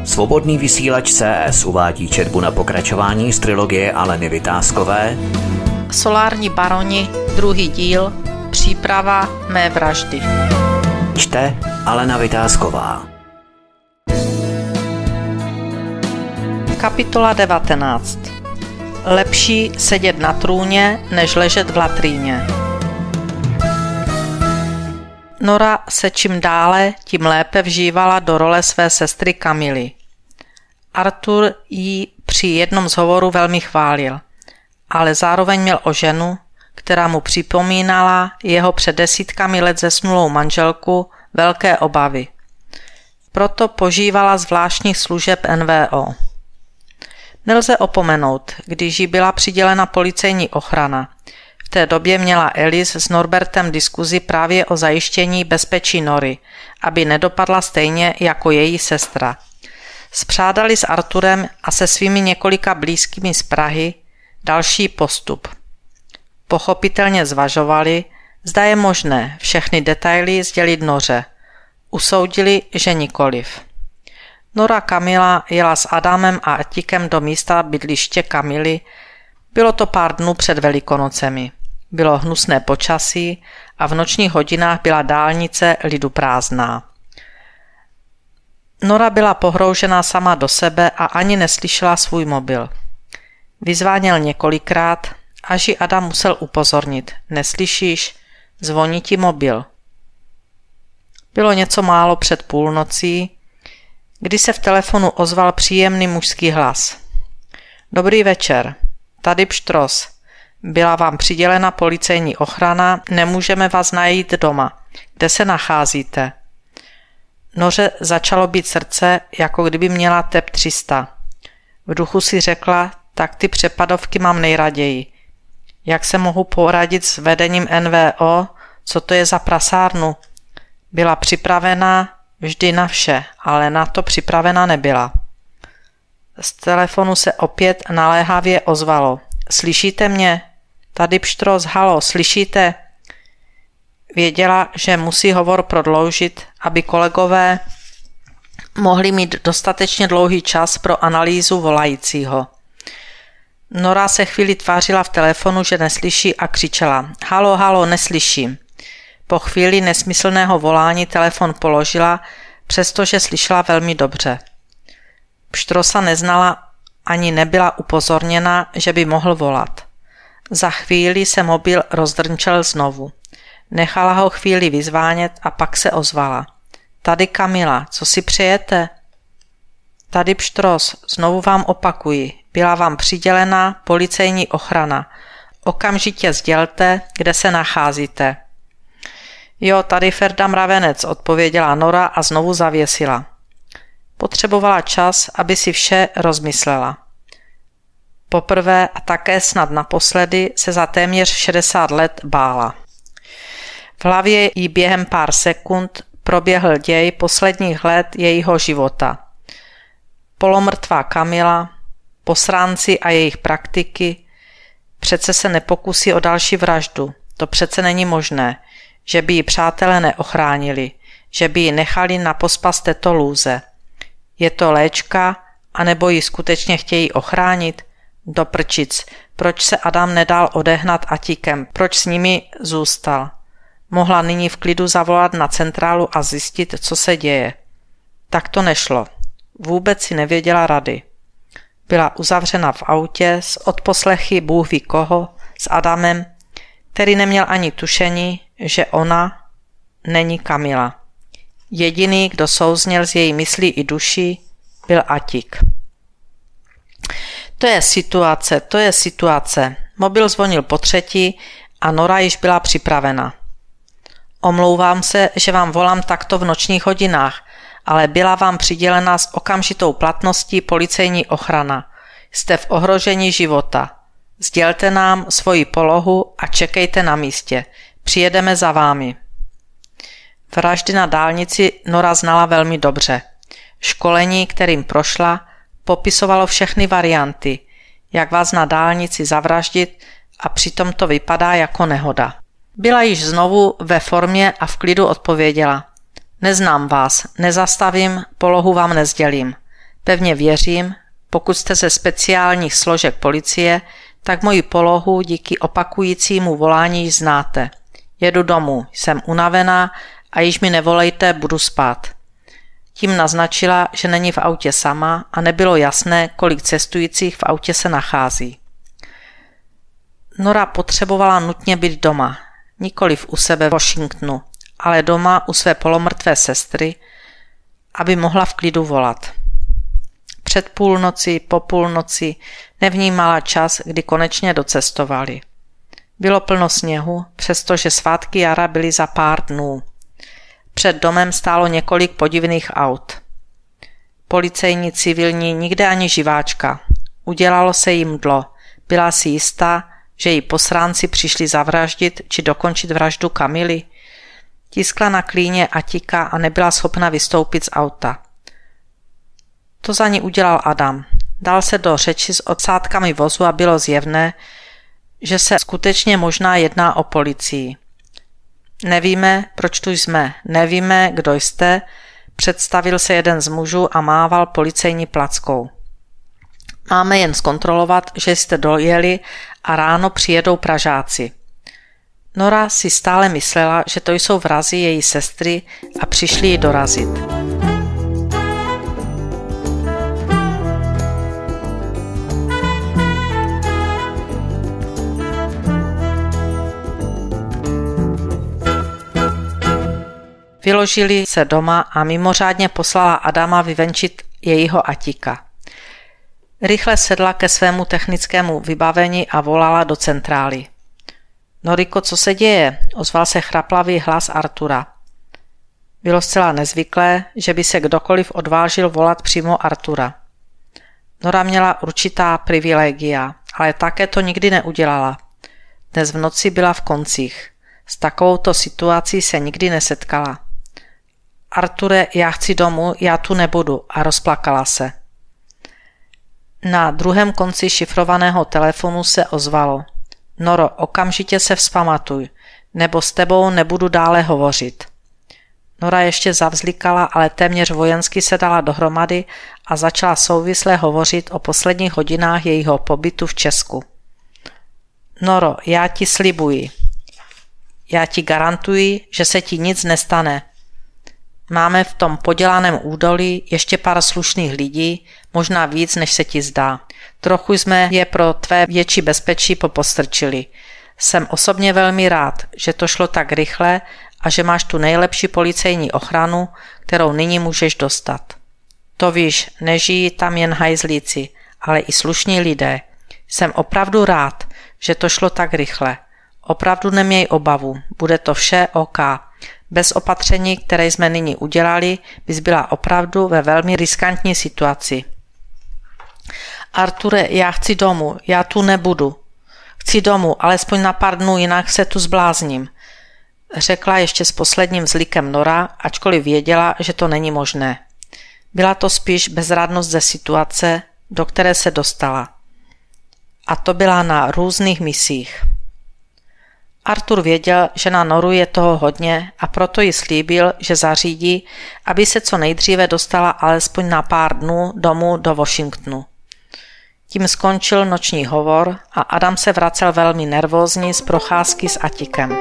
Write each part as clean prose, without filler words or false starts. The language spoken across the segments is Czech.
Svobodný vysílač CS uvádí četbu na pokračování z trilogie Aleny Vytázkové Solární baroni, 2. díl, příprava mé vraždy. Čte Alena Vytázková. Kapitola 19. Lepší sedět na trůně, než ležet v latríně. Nora se čím dále, tím lépe vžívala do role své sestry Camily. Arthur ji při jednom z hovorů velmi chválil, ale zároveň měl o ženu, která mu připomínala jeho před desítkami let zesnulou manželku, velké obavy. Proto požívala zvláštních služeb NVO. Nelze opomenout, když jí byla přidělena policejní ochrana. V té době měla Alice s Norbertem diskuzi právě o zajištění bezpečí Nory, aby nedopadla stejně jako její sestra. Spřádali s Arturem a se svými několika blízkými z Prahy další postup. Pochopitelně zvažovali, zda je možné všechny detaily sdělit Noře. Usoudili, že nikoliv. Nora Camilla jela s Adamem a Atticem do místa bydliště Camily. Bylo to pár dnů před Velikonocemi. Bylo hnusné počasí a v nočních hodinách byla dálnice lidu prázdná. Nora byla pohroužená sama do sebe a ani neslyšela svůj mobil. Vyzváněl několikrát, až ji Adam musel upozornit. Neslyšíš? Zvoní ti mobil. Bylo něco málo před půlnocí, kdy se v telefonu ozval příjemný mužský hlas. Dobrý večer, tady Pštros. Byla vám přidělena policejní ochrana, nemůžeme vás najít doma. Kde se nacházíte? Noře začalo být srdce, jako kdyby měla tep 300. V duchu si řekla, tak ty přepadovky mám nejraději. Jak se mohu poradit s vedením NVO? Co to je za prasárnu? Byla připravená vždy na vše, ale na to připravena nebyla. Z telefonu se opět naléhavě ozvalo. Slyšíte mě? Tady Pštros, halo, slyšíte? Věděla, že musí hovor prodloužit, aby kolegové mohli mít dostatečně dlouhý čas pro analýzu volajícího. Nora se chvíli tvářila v telefonu, že neslyší a křičela. Halo, halo, neslyším. Po chvíli nesmyslného volání telefon položila, přestože slyšela velmi dobře. Pštrosa neznala ani nebyla upozorněna, že by mohl volat. Za chvíli se mobil rozdrnčel znovu. Nechala ho chvíli vyzvánět a pak se ozvala. Tady Camilla, co si přejete? Tady Pštros, znovu vám opakuji, byla vám přidělena policejní ochrana. Okamžitě sdělte, kde se nacházíte. Jo, tady Ferda Mravenec, odpověděla Nora a znovu zavěsila. Potřebovala čas, aby si vše rozmyslela. Poprvé a také snad naposledy se za téměř 60 let bála. V hlavě jí během pár sekund proběhl děj posledních let jejího života. Polomrtvá Camilla, posránci a jejich praktiky, přece se nepokusí o další vraždu, to přece není možné, že by ji přátelé neochránili, že by ji nechali na pospas této lůze. Je to léčka, anebo ji skutečně chtějí ochránit? Do prčic, proč se Adam nedal odehnat Atticem, proč s nimi zůstal? Mohla nyní v klidu zavolat na centrálu a zjistit, co se děje. Tak to nešlo. Vůbec si nevěděla rady. Byla uzavřena v autě s odposlechy Bůh ví koho, s Adamem, který neměl ani tušení, že ona není Camilla. Jediný, kdo souzněl z její myslí i duší, byl Attic. To je situace. Mobil zvonil po třetí a Nora již byla připravena. Omlouvám se, že vám volám takto v nočních hodinách, ale byla vám přidělena s okamžitou platností policejní ochrana. Jste v ohrožení života. Sdělte nám svoji polohu a čekejte na místě. Přijedeme za vámi. Vraždy na dálnici Nora znala velmi dobře. Školení, kterým prošla, popisovalo všechny varianty, jak vás na dálnici zavraždit a přitom to vypadá jako nehoda. Byla již znovu ve formě a v klidu odpověděla. Neznám vás, nezastavím, polohu vám nezdělím. Pevně věřím, pokud jste ze speciálních složek policie, tak moji polohu díky opakujícímu volání již znáte. Jedu domů, jsem unavená a již mi nevolejte, budu spát. Tím naznačila, že není v autě sama a nebylo jasné, kolik cestujících v autě se nachází. Nora potřebovala nutně být doma, nikoliv u sebe v Washingtonu, ale doma u své polomrtvé sestry, aby mohla v klidu volat. Před půlnoci, po půlnoci nevnímala čas, kdy konečně docestovali. Bylo plno sněhu, přestože svátky jara byly za pár dnů. Před domem stálo několik podivných aut. Policejní, civilní, nikde ani živáčka. Udělalo se jim dlo. Byla si jistá, že jí posránci přišli zavraždit či dokončit vraždu Kamily. Tiskla na klíně Attika a nebyla schopna vystoupit z auta. To za ní udělal Adam. Dal se do řeči s odsádkami vozu a bylo zjevné, že se skutečně možná jedná o policii. Nevíme, proč tu jsme, nevíme, kdo jste, představil se jeden z mužů a mával policejní plackou. Máme jen zkontrolovat, že jste dojeli a ráno přijedou Pražáci. Nora si stále myslela, že to jsou vrazi její sestry a přišli ji dorazit. Vyložili se doma a mimořádně poslala Adama vyvenčit jejího Attika. Rychle sedla ke svému technickému vybavení a volala do centrály. Noriko, co se děje? Ozval se chraplavý hlas Artura. Bylo zcela nezvyklé, že by se kdokoliv odvážil volat přímo Artura. Nora měla určitá privilegia, ale také to nikdy neudělala. Dnes v noci byla v koncích. S takovouto situací se nikdy nesetkala. Arture, já chci domů, já tu nebudu, a rozplakala se. Na druhém konci šifrovaného telefonu se ozvalo. Noro, okamžitě se vzpamatuj, nebo s tebou nebudu dále hovořit. Nora ještě zavzlikala, ale téměř vojensky se dala dohromady a začala souvisle hovořit o posledních hodinách jejího pobytu v Česku. Noro, já ti slibuji. Já ti garantuji, že se ti nic nestane. Máme v tom podělaném údolí ještě pár slušných lidí, možná víc, než se ti zdá. Trochu jsme je pro tvé větší bezpečí popostrčili. Jsem osobně velmi rád, že to šlo tak rychle a že máš tu nejlepší policejní ochranu, kterou nyní můžeš dostat. To víš, nežijí tam jen hajzlíci, ale i slušní lidé. Jsem opravdu rád, že to šlo tak rychle. Opravdu neměj obavu, bude to vše OK. Bez opatření, které jsme nyní udělali, bys byla opravdu ve velmi riskantní situaci. Arture, já chci domů, já tu nebudu. Chci domů, alespoň na pár dnů, jinak se tu zblázním. Řekla ještě s posledním vzlikem Nora, ačkoliv věděla, že to není možné. Byla to spíš bezradnost ze situace, do které se dostala. A to byla na různých misích. Artur věděl, že na Noru je toho hodně a proto jí slíbil, že zařídí, aby se co nejdříve dostala alespoň na pár dnů domů do Washingtonu. Tím skončil noční hovor a Adam se vracel velmi nervózní z procházky s Attikem.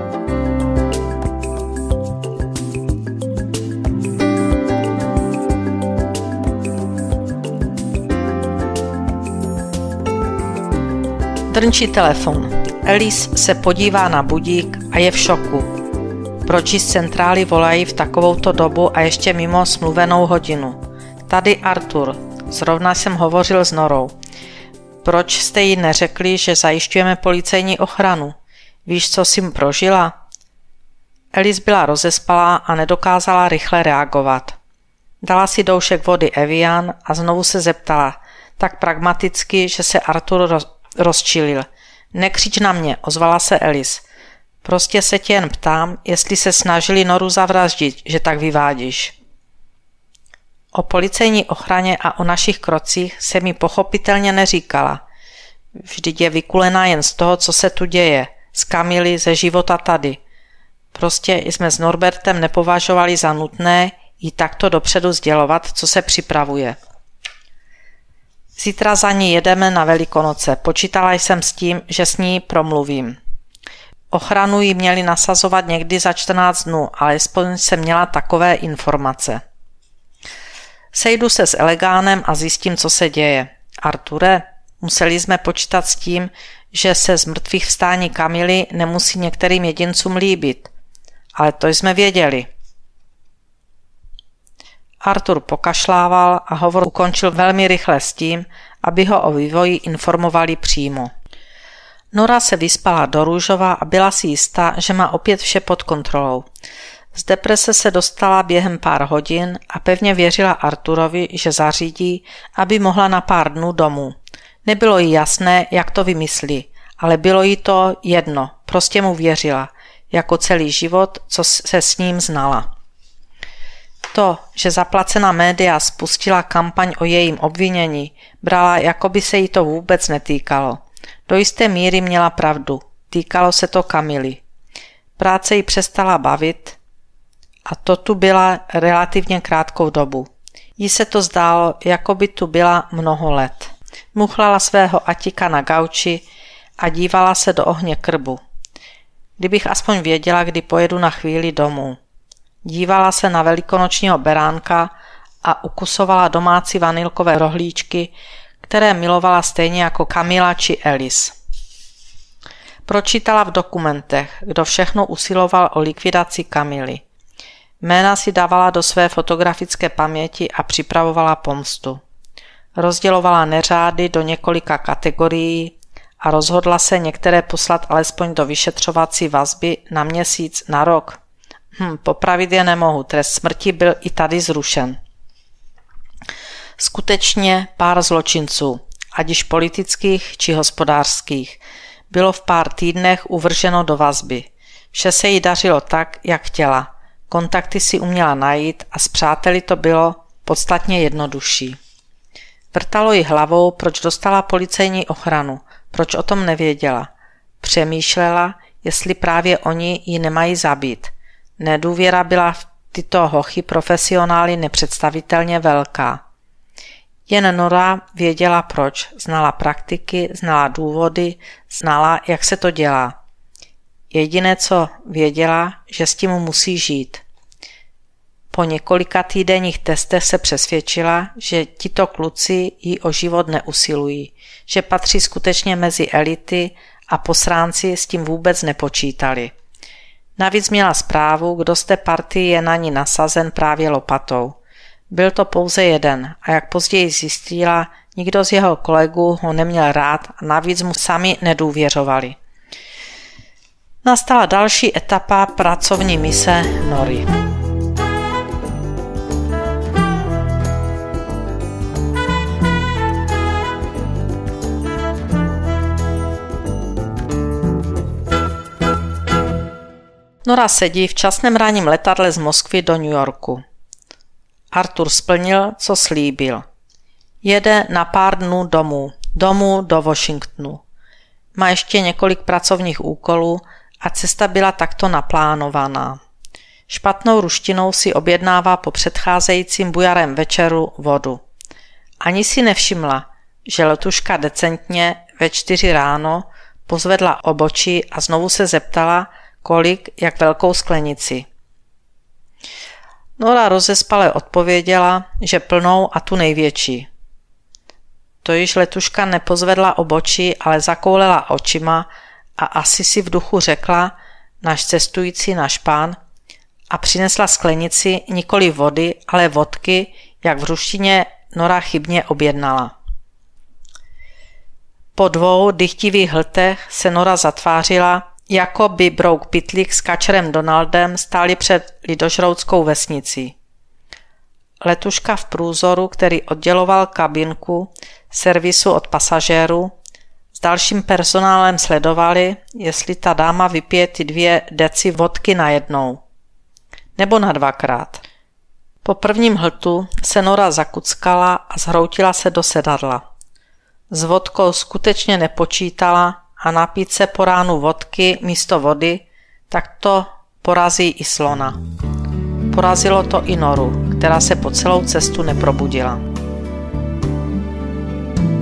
Drnčí telefon. Alice se podívá na budík a je v šoku. Proč jí z centrály volají v takovouto dobu a ještě mimo smluvenou hodinu? Tady Artur. Zrovna jsem hovořil s Norou. Proč jste jí neřekli, že zajišťujeme policejní ochranu? Víš, co jsi prožila? Alice byla rozespalá a nedokázala rychle reagovat. Dala si doušek vody Evian a znovu se zeptala, tak pragmaticky, že se Artur rozčilil. Nekřič na mě, ozvala se Alice. Prostě se tě jen ptám, jestli se snažili Noru zavraždit, že tak vyvádíš. O policejní ochraně a o našich krocích se mi pochopitelně neříkala. Vždyť je vykulená jen z toho, co se tu děje, z Kamily, ze života tady. Prostě jsme s Norbertem nepovažovali za nutné jí takto dopředu sdělovat, co se připravuje. Zítra za ní jedeme na Velikonoce. Počítala jsem s tím, že s ní promluvím. Ochranu jí měli nasazovat někdy za 14 dnů, alespoň jsem měla takové informace. Sejdu se s Elegánem a zjistím, co se děje. Arture, museli jsme počítat s tím, že se z mrtvých vstání Kamily nemusí některým jedincům líbit. Ale to jsme věděli. Artur pokašlával a hovor ukončil velmi rychle s tím, aby ho o vývoji informovali přímo. Nora se vyspala do růžova a byla si jistá, že má opět vše pod kontrolou. Z deprese se dostala během pár hodin a pevně věřila Arturovi, že zařídí, aby mohla na pár dnů domů. Nebylo jí jasné, jak to vymyslí, ale bylo jí to jedno, prostě mu věřila, jako celý život, co se s ním znala. To, že zaplacená média spustila kampaň o jejím obvinění, brala, jako by se jí to vůbec netýkalo. Do jisté míry měla pravdu, týkalo se to Kamily. Práce jí přestala bavit a to tu byla relativně krátkou dobu. Jí se to zdálo, jako by tu byla mnoho let. Muchlala svého Atika na gauči a dívala se do ohně krbu. Kdybych aspoň věděla, kdy pojedu na chvíli domů. Dívala se na velikonočního beránka a ukusovala domácí vanilkové rohlíčky, které milovala stejně jako Kamila či Alice. Pročítala v dokumentech, kdo všechno usiloval o likvidaci Kamily. Jména si dávala do své fotografické paměti a připravovala pomstu. Rozdělovala neřády do několika kategorií a rozhodla se některé poslat alespoň do vyšetřovací vazby na měsíc, na rok. Popravit je nemohu, trest smrti byl i tady zrušen. Skutečně pár zločinců, ať již politických či hospodářských, bylo v pár týdnech uvrženo do vazby. Vše se jí dařilo tak, jak chtěla. Kontakty si uměla najít a s přáteli to bylo podstatně jednodušší. Vrtalo jí hlavou, proč dostala policejní ochranu, proč o tom nevěděla. Přemýšlela, jestli právě oni ji nemají zabít. Nedůvěra byla v tyto hochy profesionály nepředstavitelně velká. Jen Nora věděla proč, znala praktiky, znala důvody, znala, jak se to dělá. Jediné, co věděla, že s tím musí žít. Po několika týdenních testech se přesvědčila, že tito kluci jí o život neusilují, že patří skutečně mezi elity a posránci s tím vůbec nepočítali. Navíc měla zprávu, kdo z té party je na ní nasazen právě lopatou. Byl to pouze jeden a jak později zjistila, nikdo z jeho kolegů ho neměl rád a navíc mu sami nedůvěřovali. Nastala další etapa pracovní mise Nory. Nora sedí v časném ranním letadle z Moskvy do New Yorku. Artur splnil, co slíbil. Jede na pár dnů domů do Washingtonu. Má ještě několik pracovních úkolů a cesta byla takto naplánovaná. Špatnou ruštinou si objednává po předcházejícím bujarém večeru vodu. Ani si nevšimla, že letuška decentně ve 4 ráno pozvedla obočí a znovu se zeptala, kolik, jak velkou sklenici. Nora rozespale odpověděla, že plnou a tu největší. To již letuška nepozvedla obočí, ale zakoulela očima a asi si v duchu řekla, náš cestující, náš pán, a přinesla sklenici nikoli vody, ale vodky, jak v ruštině Nora chybně objednala. Po 2 dychtivých hltech se Nora zatvářila, jako by Brouk Pytlík s kačerem Donaldem stáli před lidožroutskou vesnicí. Letuška v průzoru, který odděloval kabinku servisu od pasažérů, s dalším personálem sledovali, jestli ta dáma vypije ty 2 deci vodky najednou. Nebo na 2krát. Po prvním hltu se Nora zakuckala a zhroutila se do sedadla. S vodkou skutečně nepočítala a napít se po ránu vodky místo vody, tak to porazí i slona. Porazilo to i Noru, která se po celou cestu neprobudila.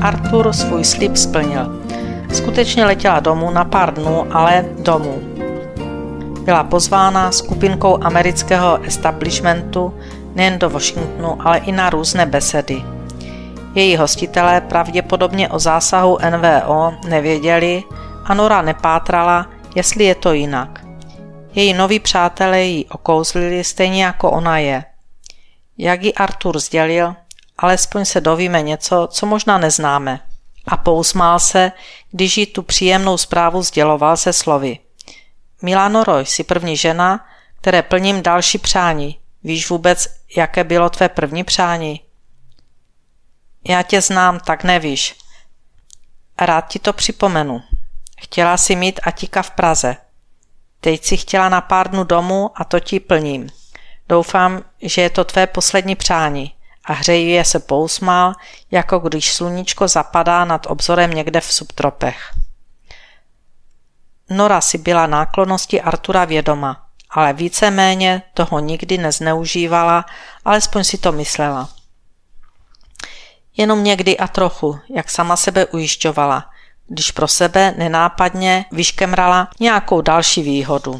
Artur svůj slib splnil. Skutečně letěla domů na pár dnů, ale domů. Byla pozvána skupinkou amerického establishmentu nejen do Washingtonu, ale i na různé besedy. Její hostitelé pravděpodobně o zásahu NWO nevěděli a Nora nepátrala, jestli je to jinak. Její noví přátelé ji okouzlili stejně jako ona je. Jak ji Artur sdělil, alespoň se dovíme něco, co možná neznáme. A pousmál se, když jí tu příjemnou zprávu sděloval se slovy. Milá Noro, jsi první žena, které plním další přání. Víš vůbec, jaké bylo tvé první přání? Já tě znám, tak nevíš. Rád ti to připomenu. Chtěla si mít atíka v Praze. Teď si chtěla na pár dnů domů a to ti plním. Doufám, že je to tvé poslední přání. A hřejivě se pousmál, jako když sluníčko zapadá nad obzorem někde v subtropech. Nora si byla náklonnosti Artura vědoma, ale víceméně toho nikdy nezneužívala, alespoň si to myslela. Jenom někdy a trochu, jak sama sebe ujišťovala, když pro sebe nenápadně vyškemrala nějakou další výhodu.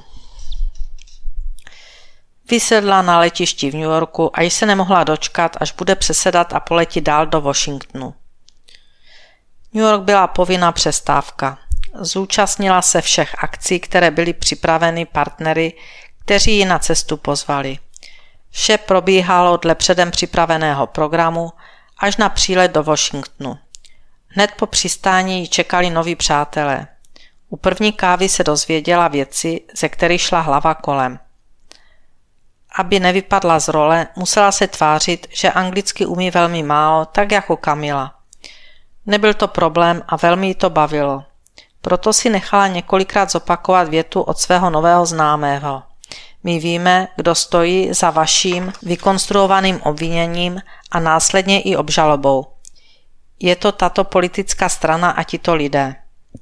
Vysedla na letišti v New Yorku a již se nemohla dočkat, až bude přesedat a poletí dál do Washingtonu. New York byla povinná přestávka. Zúčastnila se všech akcí, které byly připraveny partnery, kteří ji na cestu pozvali. Vše probíhalo dle předem připraveného programu až na přílet do Washingtonu. Hned po přistání ji čekali noví přátelé. U první kávy se dozvěděla věci, ze kterých šla hlava kolem. Aby nevypadla z role, musela se tvářit, že anglicky umí velmi málo, tak jako Kamila. Nebyl to problém a velmi ji to bavilo. Proto si nechala několikrát zopakovat větu od svého nového známého. My víme, kdo stojí za vaším vykonstruovaným obviněním a následně i obžalobou. Je to tato politická strana a tito lidé.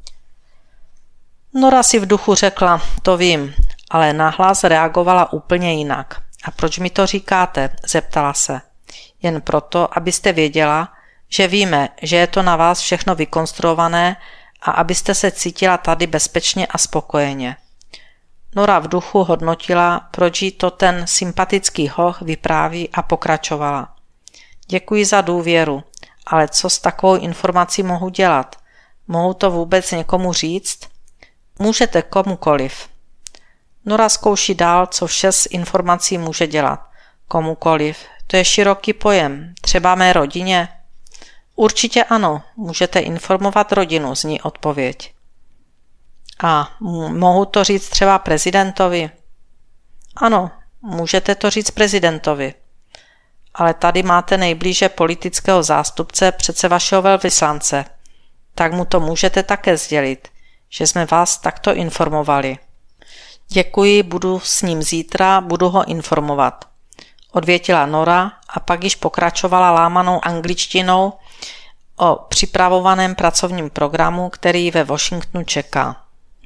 Nora si v duchu řekla, to vím, ale nahlas reagovala úplně jinak. A proč mi to říkáte? Zeptala se. Jen proto, abyste věděla, že víme, že je to na vás všechno vykonstruované a abyste se cítila tady bezpečně a spokojeně. Nora v duchu hodnotila, proč jí to ten sympatický hoch vypráví a pokračovala. Děkuji za důvěru, ale co s takovou informací mohu dělat? Mohu to vůbec někomu říct? Můžete komukoliv. Nora zkouší dál, co vše s informací může dělat. Komukoliv. To je široký pojem. Třeba mé rodině? Určitě ano. Můžete informovat rodinu, zní odpověď. A mohu to říct třeba prezidentovi? Ano, můžete to říct prezidentovi. Ale tady máte nejblíže politického zástupce, přece vašeho velvyslance. Tak mu to můžete také sdělit, že jsme vás takto informovali. Děkuji, budu s ním zítra, budu ho informovat. Odvětila Nora a pak již pokračovala lámanou angličtinou o připravovaném pracovním programu, který ve Washingtonu čeká.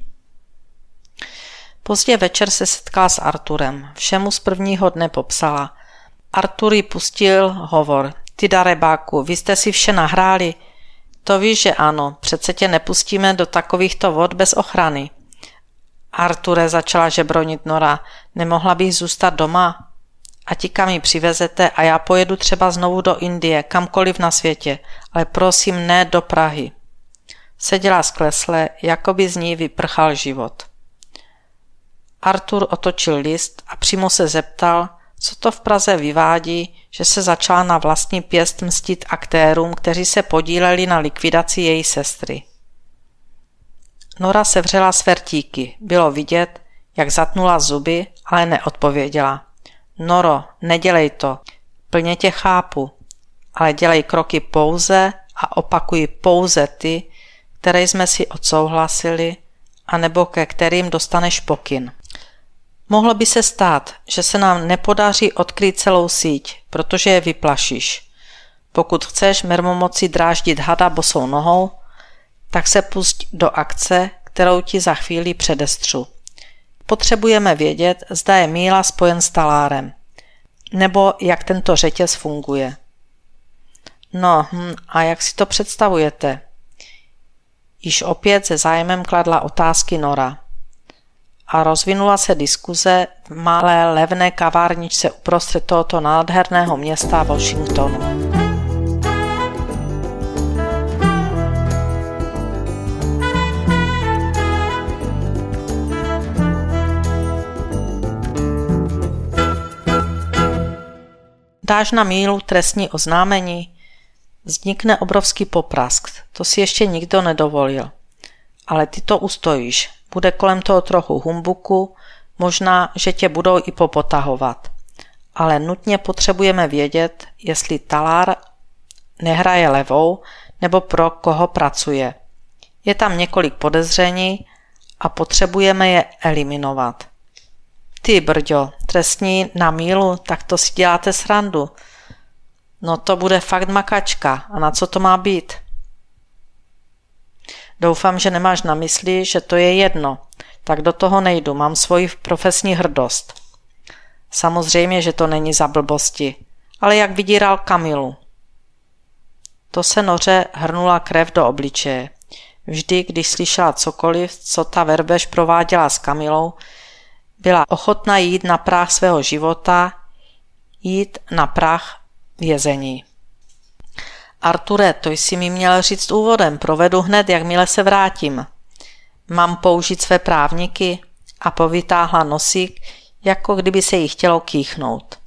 Pozdě večer se setkala s Arturem. Všemu z prvního dne popsala. Artur jí pustil hovor. Ty darebáku, vy jste si vše nahráli? To víš, že ano, přece tě nepustíme do takovýchto vod bez ochrany. Arture, začala žebronit Nora, nemohla bych zůstat doma? A ti kam ji přivezete a já pojedu třeba znovu do Indie, kamkoliv na světě, ale prosím ne do Prahy. Seděla sklesle, jako by z ní vyprchal život. Artur otočil list a přímo se zeptal, co to v Praze vyvádí, že se začala na vlastní pěst mstit aktérům, kteří se podíleli na likvidaci její sestry. Nora sevřela svertíky. Bylo vidět, jak zatnula zuby, ale neodpověděla. Noro, nedělej to. Plně tě chápu, ale dělej kroky pouze a opakuj pouze ty, které jsme si odsouhlasili, anebo ke kterým dostaneš pokyn. Mohlo by se stát, že se nám nepodaří odkryt celou síť, protože je vyplašíš. Pokud chceš mermomocí dráždit hada bosou nohou, tak se pusť do akce, kterou ti za chvíli předestřu. Potřebujeme vědět, zda je Míla spojen s talárem, nebo jak tento řetěz funguje. No, a jak si to představujete? Již opět se zájmem kladla otázky Nora. A rozvinula se diskuze v malé levné kavárničce uprostřed tohoto nádherného města Washingtonu. Dáš na mílu trestní oznámení? Vznikne obrovský poprask, to si ještě nikdo nedovolil. Ale ty to ustojíš, bude kolem toho trochu humbuku, možná, že tě budou i popotahovat. Ale nutně potřebujeme vědět, jestli Talár nehraje levou nebo pro koho pracuje. Je tam několik podezření a potřebujeme je eliminovat. Ty brďo, trestní na mílu, tak to si děláte srandu. No to bude fakt makačka. A na co to má být? Doufám, že nemáš na mysli, že to je jedno. Tak do toho nejdu, mám svoji profesní hrdost. Samozřejmě, že to není za blbosti, ale jak vydíral Kamilu. To se Noře hrnula krev do obličeje. Vždy, když slyšela cokoliv, co ta verbež prováděla s Kamilou, byla ochotná jít na práh svého života, jít na práh vězení. Arture, to jsi mi měl říct úvodem, provedu hned, jakmile se vrátím. Mám použít své právníky? A povytáhla nosík, jako kdyby se jí chtělo kýchnout.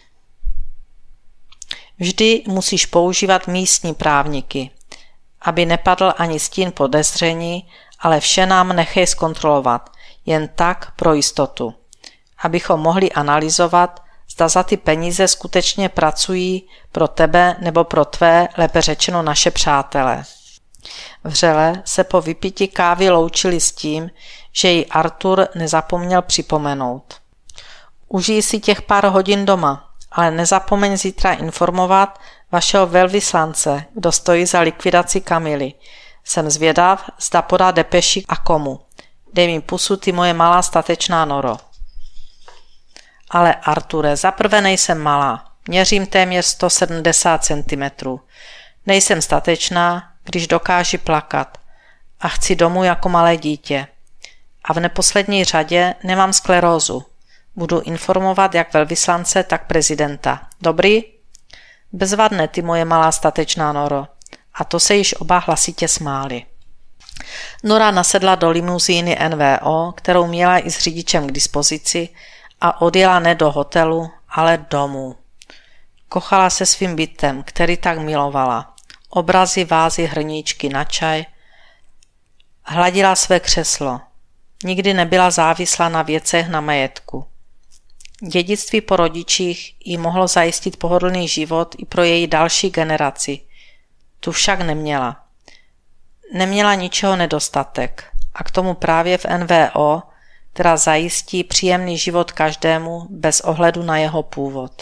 Vždy musíš používat místní právníky, aby nepadl ani stín podezření, ale vše nám nechej zkontrolovat, jen tak pro jistotu, abychom mohli analyzovat, zda za ty peníze skutečně pracují pro tebe nebo pro tvé, lépe řečeno naše přátelé. Vřele se po vypití kávy loučili s tím, že jí Artur nezapomněl připomenout. Užij si těch pár hodin doma, ale nezapomeň zítra informovat vašeho velvyslance, kdo stojí za likvidací Kamily. Jsem zvědav, zda podá depeši a komu. Dej mi pusu, ty moje malá statečná Noro. Ale Arture, zaprvé nejsem malá. Měřím téměř 170 cm. Nejsem statečná, když dokáži plakat. A chci domů jako malé dítě. A v neposlední řadě nemám sklerózu. Budu informovat jak velvyslance, tak prezidenta. Dobrý? Bezvadné, ty moje malá statečná Noro. A to se již oba hlasitě smáli. Nora nasedla do limuzíny NVO, kterou měla i s řidičem k dispozici, a odjela ne do hotelu, ale domů. Kochala se svým bytem, který tak milovala. Obrazy, vázy, hrníčky na čaj. Hladila své křeslo. Nikdy nebyla závislá na věcech, na majetku. Dědictví po rodičích jí mohlo zajistit pohodlný život i pro její další generaci. Tu však neměla. Neměla ničeho nedostatek a k tomu právě v NVO, která zajistí příjemný život každému bez ohledu na jeho původ.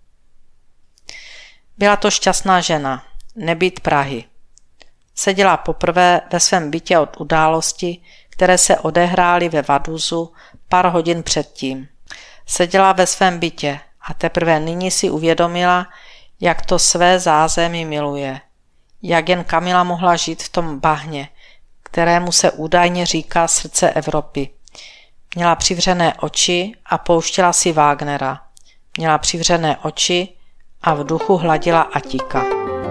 Byla to šťastná žena, nebýt Prahy. Seděla poprvé ve svém bytě od události, které se odehrály ve Vaduzu pár hodin předtím. Seděla ve svém bytě a teprve nyní si uvědomila, jak to své zázemí miluje. Jak jen Kamila mohla žít v tom bahně, kterému se údajně říká srdce Evropy. Měla přivřené oči a pouštěla si Wagnera. Měla přivřené oči a v duchu hladila Atíka.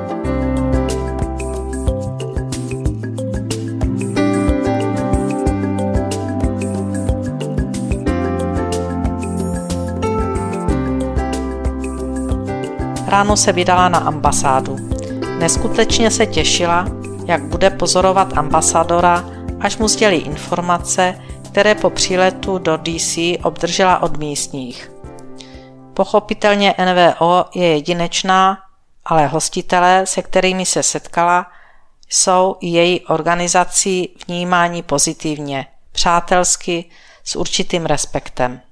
Ráno se vydala na ambasádu. Neskutečně se těšila, jak bude pozorovat ambasadora, až mu sdělí informace, které po příletu do DC obdržela od místních. Pochopitelně NVO je jedinečná, ale hostitelé, se kterými se setkala, jsou i její organizací vnímání pozitivně, přátelsky, s určitým respektem.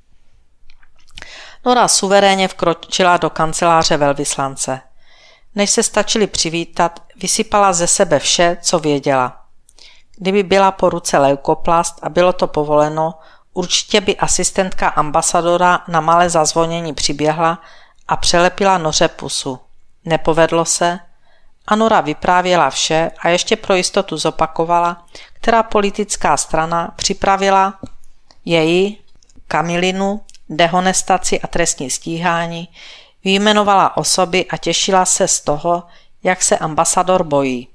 Nora suverénně vkročila do kanceláře velvyslance. Než se stačili přivítat, vysypala ze sebe vše, co věděla. Kdyby byla po ruce leukoplast a bylo to povoleno, určitě by asistentka ambasadora na malé zazvonění přiběhla a přelepila Noře pusu. Nepovedlo se, Nora vyprávěla vše a ještě pro jistotu zopakovala, která politická strana připravila její, Kamilinu, dehonestaci a trestní stíhání, vyjmenovala osoby a těšila se z toho, jak se ambasador bojí.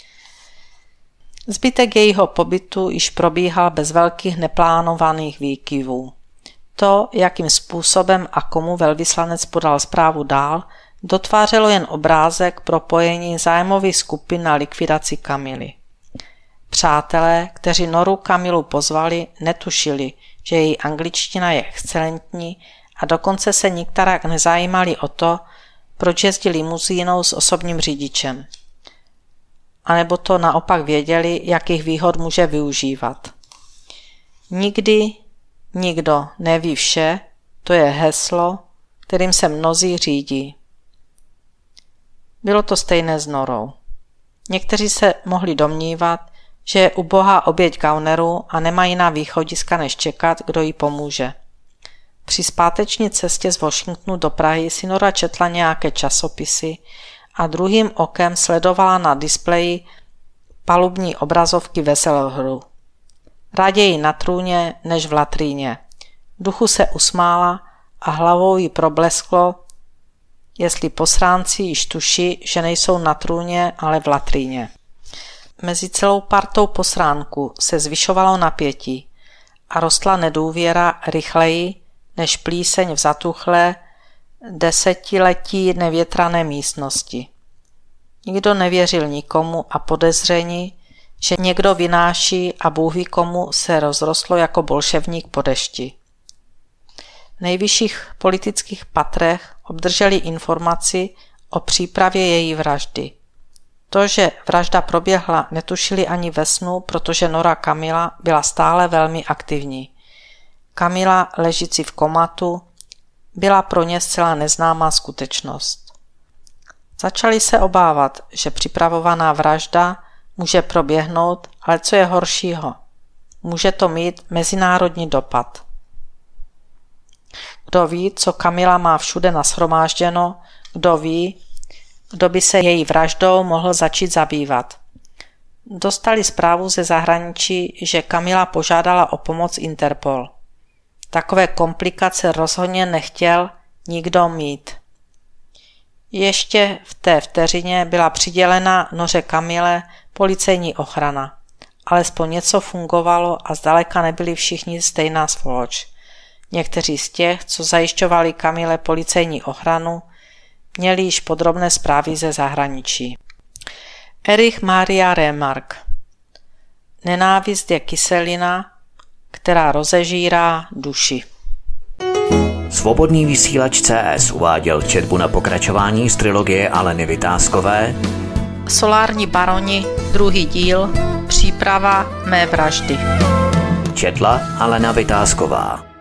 Zbytek jejího pobytu již probíhal bez velkých neplánovaných výkyvů. To, jakým způsobem a komu velvyslanec podal zprávu dál, dotvářelo jen obrázek propojení zájmových skupin na likvidaci Kamily. Přátelé, kteří Noru Kamilu pozvali, netušili, že její angličtina je excelentní a dokonce se nikterak nezajímali o to, proč jezdí limuzínou s osobním řidičem. A nebo to naopak věděli, jakých výhod může využívat. Nikdy nikdo neví vše, to je heslo, kterým se mnozí řídí. Bylo to stejné s Norou. Někteří se mohli domnívat, že je ubohá oběť gaunerů a nemá jiná východiska než čekat, kdo jí pomůže. Při zpáteční cestě z Washingtonu do Prahy si Nora četla nějaké časopisy a druhým okem sledovala na displeji palubní obrazovky veselohru. Raději na trůně než v latríně. V duchu se usmála a hlavou jí problesklo, jestli posránci již tuší, že nejsou na trůně, ale v latríně. Mezi celou partou posránku se zvyšovalo napětí a rostla nedůvěra rychleji než plíseň v zatuchlé desetiletí nevětrané místnosti. Nikdo nevěřil nikomu a podezření, že někdo vynáší a Bůh ví komu, se rozrostlo jako bolševník po dešti. V nejvyšších politických patrech obdrželi informaci o přípravě její vraždy. To, že vražda proběhla, netušili ani ve snu, protože Nora Kamila byla stále velmi aktivní. Kamila, ležící v komatu, byla pro ně zcela neznámá skutečnost. Začali se obávat, že připravovaná vražda může proběhnout, ale co je horšího, může to mít mezinárodní dopad. Kdo ví, co Kamila má všude nashromážděno, kdo ví, kdo by se její vraždou mohl začít zabývat. Dostali zprávu ze zahraničí, že Kamila požádala o pomoc Interpol. Takové komplikace rozhodně nechtěl nikdo mít. Ještě v té vteřině byla přidělena Noře Kamile policejní ochrana. Alespoň něco fungovalo a zdaleka nebyli všichni stejná svoloč. Někteří z těch, co zajišťovali Kamile policejní ochranu, měli již podrobné zprávy ze zahraničí. Erich Maria Remarque. Nenávist je kyselina, která rozežírá duši. Svobodný vysílač CS uváděl četbu na pokračování z trilogie Aleny Vytázkové Solární baroni, druhý díl, příprava mé vraždy. Četla Alena Vytázková.